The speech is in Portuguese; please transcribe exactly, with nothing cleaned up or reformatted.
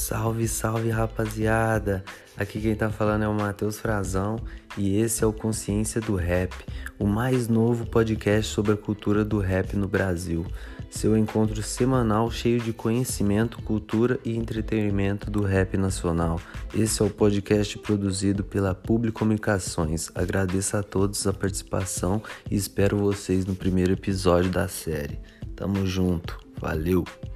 Salve, salve, rapaziada! Aqui quem tá falando é o Matheus Frazão e esse é o Consciência do Rap, o mais novo podcast sobre a cultura do rap no Brasil. Seu encontro semanal cheio de conhecimento, cultura e entretenimento do rap nacional. Esse é o podcast produzido pela Publi Comunicações. Agradeço a todos a participação e espero vocês no primeiro episódio da série. Tamo junto, valeu!